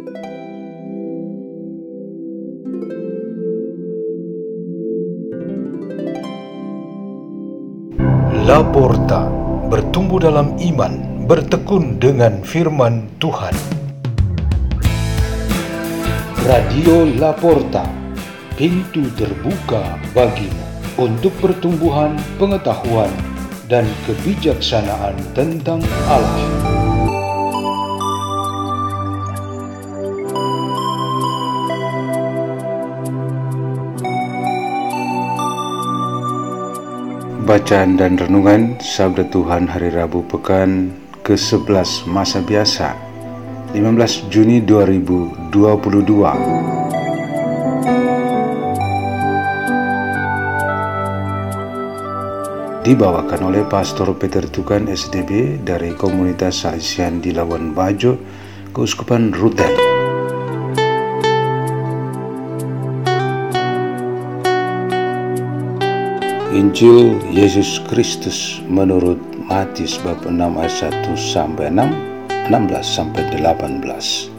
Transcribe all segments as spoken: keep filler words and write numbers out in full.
Laporta, bertumbuh dalam iman, bertekun dengan firman Tuhan. Radio Laporta, pintu terbuka bagimu untuk pertumbuhan pengetahuan dan kebijaksanaan tentang Allah. Bacaan dan renungan Sabda Tuhan Hari Rabu Pekan ke sebelas Masa Biasa, lima belas Juni dua ribu dua puluh dua. Dibawakan oleh Pastor Peter Tukan S D B dari Komunitas Salesian di Labuan Bajo, Keuskupan Ruteng. Injil Yesus Kristus menurut Matius bab enam ayat satu sampai enam, enam belas sampai delapan belas.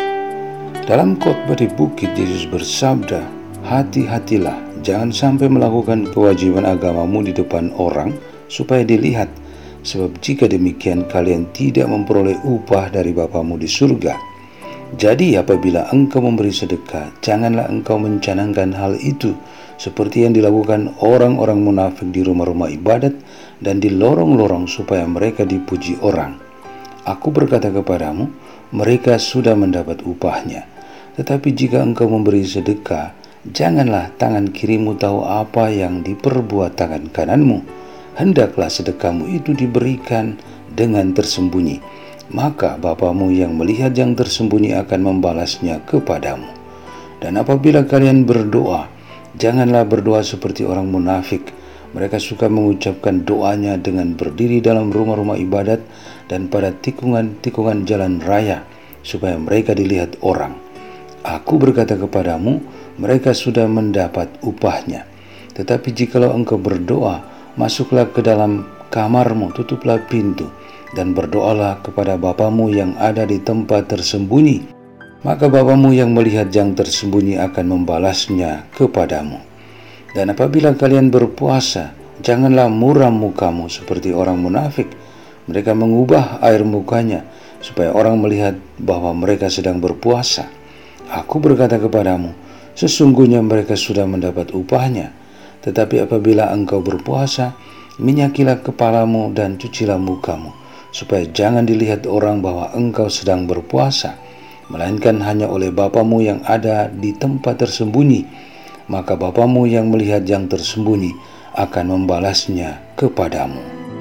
Dalam khotbah di bukit, Yesus bersabda, "Hati-hatilah, jangan sampai melakukan kewajiban agamamu di depan orang supaya dilihat, sebab jika demikian kalian tidak memperoleh upah dari Bapamu di surga. Jadi apabila engkau memberi sedekah, janganlah engkau mencanangkan hal itu seperti yang dilakukan orang-orang munafik di rumah-rumah ibadat dan di lorong-lorong supaya mereka dipuji orang. Aku berkata kepadamu, mereka sudah mendapat upahnya. Tetapi jika engkau memberi sedekah, janganlah tangan kirimu tahu apa yang diperbuat tangan kananmu. Hendaklah sedekahmu itu diberikan dengan tersembunyi. Maka Bapamu yang melihat yang tersembunyi akan membalasnya kepadamu. Dan apabila kalian berdoa, janganlah berdoa seperti orang munafik. Mereka suka mengucapkan doanya dengan berdiri dalam rumah-rumah ibadat dan pada tikungan-tikungan jalan raya, supaya mereka dilihat orang. Aku berkata kepadamu, mereka sudah mendapat upahnya. Tetapi jikalau engkau berdoa, masuklah ke dalam kamarmu, tutuplah pintu, dan berdoalah kepada Bapamu yang ada di tempat tersembunyi. Maka Bapamu yang melihat yang tersembunyi akan membalasnya kepadamu. Dan apabila kalian berpuasa, janganlah muram mukamu seperti orang munafik. Mereka mengubah air mukanya supaya orang melihat bahwa mereka sedang berpuasa. Aku berkata kepadamu, sesungguhnya mereka sudah mendapat upahnya. Tetapi apabila engkau berpuasa, minyakilah kepalamu dan cucilah mukamu, supaya jangan dilihat orang bahwa engkau sedang berpuasa, melainkan hanya oleh Bapamu yang ada di tempat tersembunyi. Maka Bapamu yang melihat yang tersembunyi akan membalasnya kepadamu."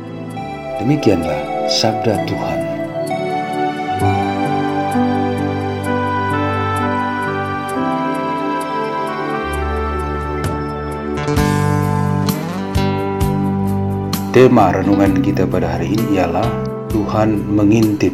Demikianlah sabda Tuhan. Tema renungan kita pada hari ini ialah Tuhan mengintip.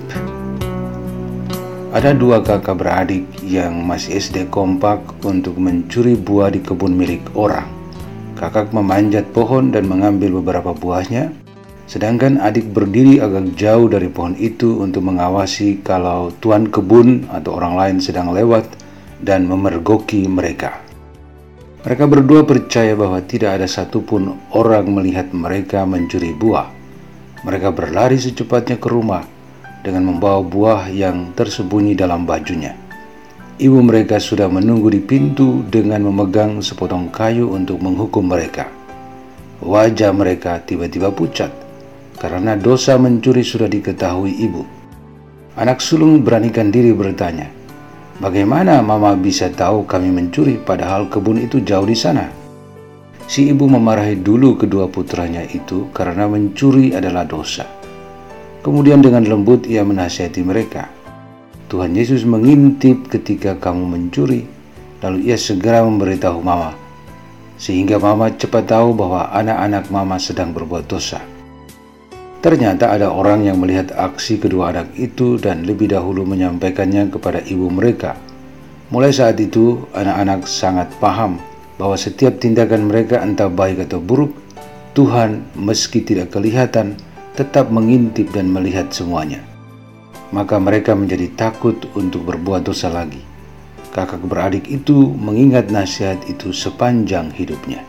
Ada dua kakak beradik yang masih S D kompak untuk mencuri buah di kebun milik orang. Kakak memanjat pohon dan mengambil beberapa buahnya, sedangkan adik berdiri agak jauh dari pohon itu untuk mengawasi kalau tuan kebun atau orang lain sedang lewat dan memergoki mereka. Mereka berdua percaya bahwa tidak ada satupun orang melihat mereka mencuri buah. Mereka berlari secepatnya ke rumah dengan membawa buah yang tersembunyi dalam bajunya. Ibu mereka sudah menunggu di pintu dengan memegang sepotong kayu untuk menghukum mereka. Wajah mereka tiba-tiba pucat karena dosa mencuri sudah diketahui ibu. Anak sulung beranikan diri bertanya, "Bagaimana mama bisa tahu kami mencuri padahal kebun itu jauh di sana?" Si ibu memarahi dulu kedua putranya itu karena mencuri adalah dosa. Kemudian dengan lembut ia menasihati mereka, "Tuhan Yesus mengintip ketika kamu mencuri, lalu ia segera memberitahu mama, sehingga mama cepat tahu bahwa anak-anak mama sedang berbuat dosa." Ternyata ada orang yang melihat aksi kedua anak itu dan lebih dahulu menyampaikannya kepada ibu mereka. Mulai saat itu, anak-anak sangat paham bahwa setiap tindakan mereka entah baik atau buruk, Tuhan meski tidak kelihatan tetap mengintip dan melihat semuanya. maka mereka menjadi takut untuk berbuat dosa lagi. Kakak beradik itu mengingat nasihat itu sepanjang hidupnya.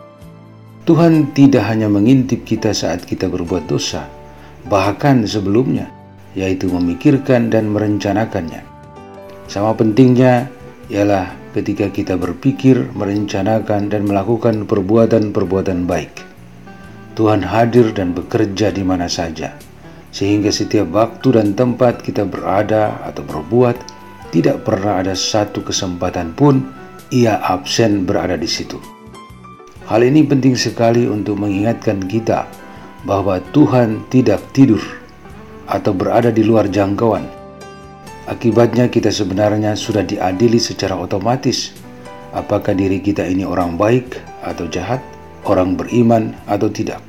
Tuhan tidak hanya mengintip kita saat kita berbuat dosa, bahkan sebelumnya, yaitu memikirkan dan merencanakannya. Sama pentingnya ialah ketika kita berpikir, merencanakan, dan melakukan perbuatan-perbuatan baik. Tuhan hadir dan bekerja di mana saja, sehingga setiap waktu dan tempat kita berada atau berbuat, tidak pernah ada satu kesempatan pun Ia absen berada di situ. Hal ini penting sekali untuk mengingatkan kita bahwa Tuhan tidak tidur atau berada di luar jangkauan. Akibatnya kita sebenarnya sudah diadili secara otomatis apakah diri kita ini orang baik atau jahat, orang beriman atau tidak.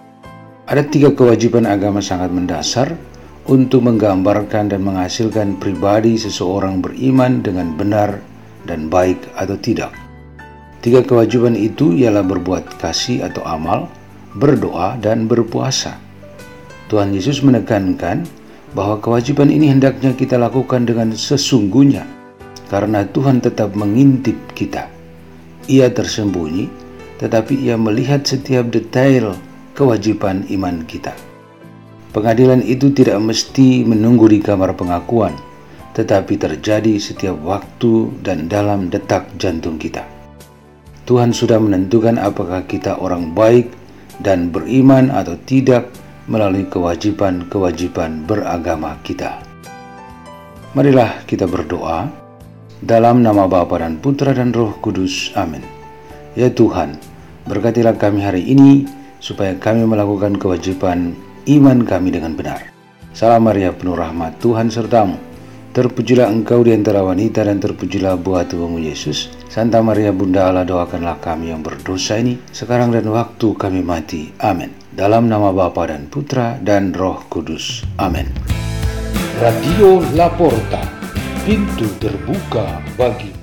Ada tiga kewajiban agama sangat mendasar untuk menggambarkan dan menghasilkan pribadi seseorang beriman dengan benar dan baik atau tidak. Tiga kewajiban itu ialah berbuat kasih atau amal, berdoa, dan berpuasa. Tuhan Yesus menekankan bahwa kewajiban ini hendaknya kita lakukan dengan sesungguhnya, karena Tuhan tetap mengintip kita. Ia tersembunyi, tetapi Ia melihat setiap detail kewajiban iman kita. Pengadilan itu tidak mesti menunggu di kamar pengakuan, tetapi terjadi setiap waktu dan dalam detak jantung kita. Tuhan sudah menentukan apakah kita orang baik dan beriman atau tidak melalui kewajiban-kewajiban beragama kita. Marilah kita berdoa dalam nama Bapa dan Putra dan Roh Kudus. Amin. Ya Tuhan, berkatilah kami hari ini supaya kami melakukan kewajiban iman kami dengan benar. Salam Maria, penuh rahmat, Tuhan sertamu. Terpujilah engkau di antara wanita dan terpujilah buah tubuhmu Yesus. Santa Maria Bunda Allah, doakanlah kami yang berdosa ini sekarang dan waktu kami mati. Amin. Dalam nama Bapa dan Putra dan Roh Kudus. Amin. Radio Laporta, pintu terbuka bagi